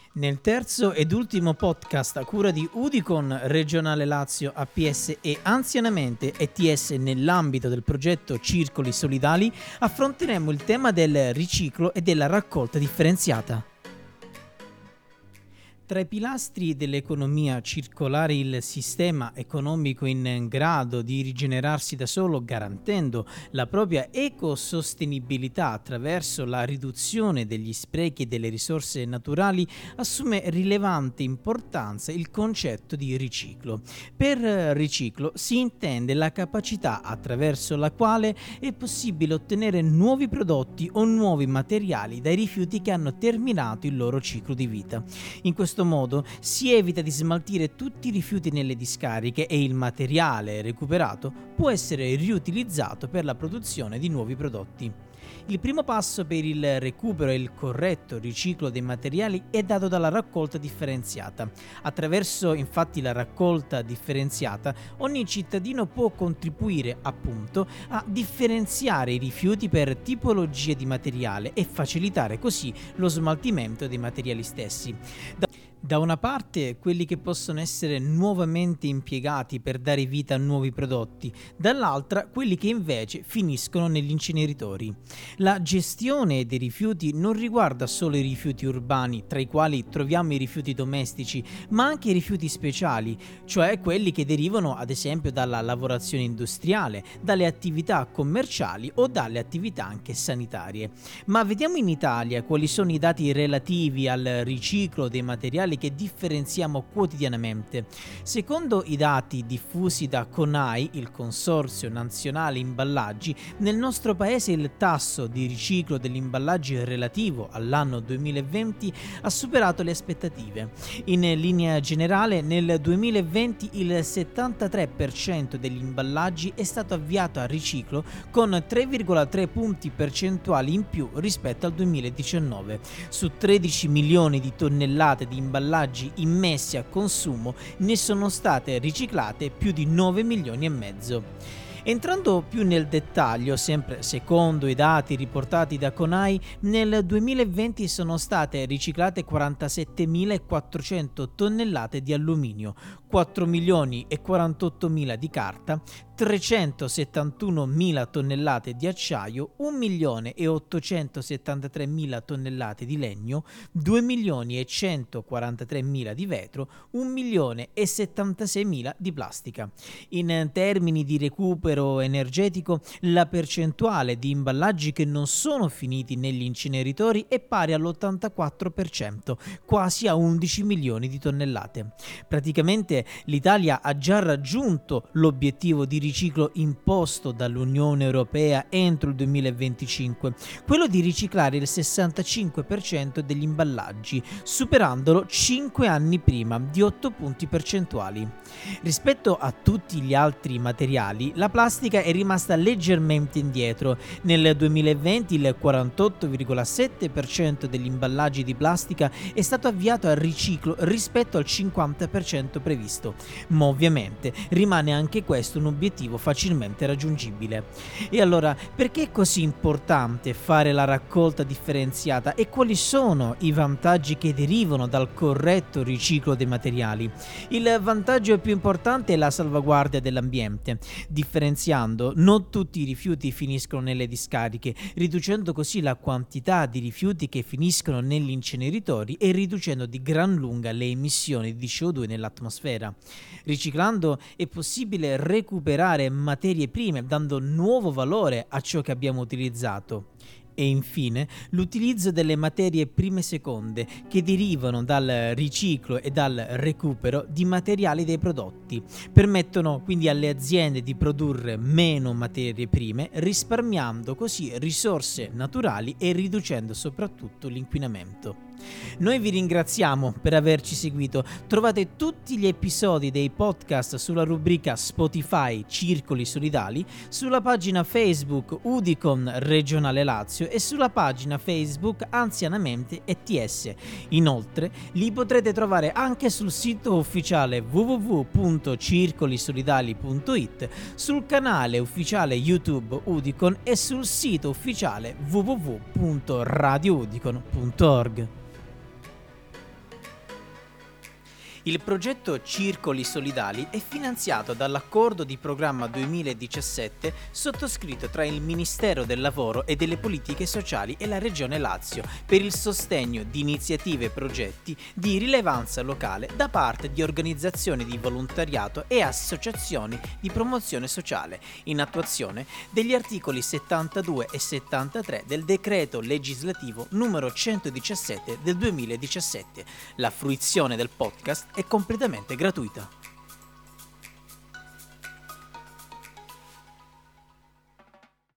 Nel terzo ed ultimo podcast a cura di Udicon Regionale Lazio APS e Anzianamente ETS nell'ambito del progetto Circoli Solidali affronteremo il tema del riciclo e della raccolta differenziata. Tra i pilastri dell'economia circolare il sistema economico in grado di rigenerarsi da solo garantendo la propria ecosostenibilità attraverso la riduzione degli sprechi e delle risorse naturali assume rilevante importanza il concetto di riciclo. Per riciclo si intende la capacità attraverso la quale è possibile ottenere nuovi prodotti o nuovi materiali dai rifiuti che hanno terminato il loro ciclo di vita. In questo modo si evita di smaltire tutti i rifiuti nelle discariche e il materiale recuperato può essere riutilizzato per la produzione di nuovi prodotti. Il primo passo per il recupero e il corretto riciclo dei materiali è dato dalla raccolta differenziata. Attraverso infatti la raccolta differenziata ogni cittadino può contribuire appunto a differenziare i rifiuti per tipologie di materiale e facilitare così lo smaltimento dei materiali stessi. Da una parte quelli che possono essere nuovamente impiegati per dare vita a nuovi prodotti, dall'altra quelli che invece finiscono negli inceneritori. La gestione dei rifiuti non riguarda solo i rifiuti urbani, tra i quali troviamo i rifiuti domestici, ma anche i rifiuti speciali, cioè quelli che derivano ad esempio dalla lavorazione industriale, dalle attività commerciali o dalle attività anche sanitarie. Ma vediamo in Italia quali sono i dati relativi al riciclo dei materiali che differenziamo quotidianamente. Secondo i dati diffusi da CONAI, il Consorzio Nazionale Imballaggi, nel nostro paese il tasso di riciclo degli imballaggi relativo all'anno 2020 ha superato le aspettative. In linea generale, nel 2020 il 73% degli imballaggi è stato avviato a riciclo con 3,3 punti percentuali in più rispetto al 2019. Su 13 milioni di tonnellate di imballaggi immessi a consumo ne sono state riciclate più di 9 milioni e mezzo. Entrando più nel dettaglio, sempre secondo i dati riportati da CONAI, nel 2020 sono state riciclate 47.400 tonnellate di alluminio, 4 milioni e 48.000 di carta, 371.000 tonnellate di acciaio, 1 milione e 873.000 tonnellate di legno, 2 milioni e 143.000 di vetro, 1 milione e 76.000 di plastica. In termini di recupero energetico, la percentuale di imballaggi che non sono finiti negli inceneritori è pari all'84%, quasi a 11 milioni di tonnellate. Praticamente l'Italia ha già raggiunto l'obiettivo di riciclo imposto dall'Unione Europea entro il 2025, quello di riciclare il 65% degli imballaggi, superandolo 5 anni prima di 8 punti percentuali. Rispetto a tutti gli altri materiali, la plastica è rimasta leggermente indietro. Nel 2020 il 48,7% degli imballaggi di plastica è stato avviato al riciclo rispetto al 50% previsto, ma ovviamente rimane anche questo un obiettivo facilmente raggiungibile. E allora, perché è così importante fare la raccolta differenziata e quali sono i vantaggi che derivano dal corretto riciclo dei materiali? Il vantaggio più importante è la salvaguardia dell'ambiente. Differenziando, non tutti i rifiuti finiscono nelle discariche, riducendo così la quantità di rifiuti che finiscono negli inceneritori e riducendo di gran lunga le emissioni di CO2 nell'atmosfera. Riciclando è possibile recuperare materie prime, dando nuovo valore a ciò che abbiamo utilizzato. E infine l'utilizzo delle materie prime seconde che derivano dal riciclo e dal recupero di materiali dei prodotti. Permettono quindi alle aziende di produrre meno materie prime, risparmiando così risorse naturali e riducendo soprattutto l'inquinamento. Noi vi ringraziamo per averci seguito. Trovate tutti gli episodi dei podcast sulla rubrica Spotify Circoli Solidali, sulla pagina Facebook Udicon Regionale Lazio e sulla pagina Facebook Anzianamente ETS. Inoltre li potrete trovare anche sul sito ufficiale www.circolisolidali.it, sul canale ufficiale YouTube Udicon e sul sito ufficiale www.radioudicon.org. Il progetto Circoli Solidali è finanziato dall'Accordo di Programma 2017 sottoscritto tra il Ministero del Lavoro e delle Politiche Sociali e la Regione Lazio per il sostegno di iniziative e progetti di rilevanza locale da parte di organizzazioni di volontariato e associazioni di promozione sociale, in attuazione degli articoli 72 e 73 del decreto legislativo numero 117 del 2017. La fruizione del podcast è completamente gratuita.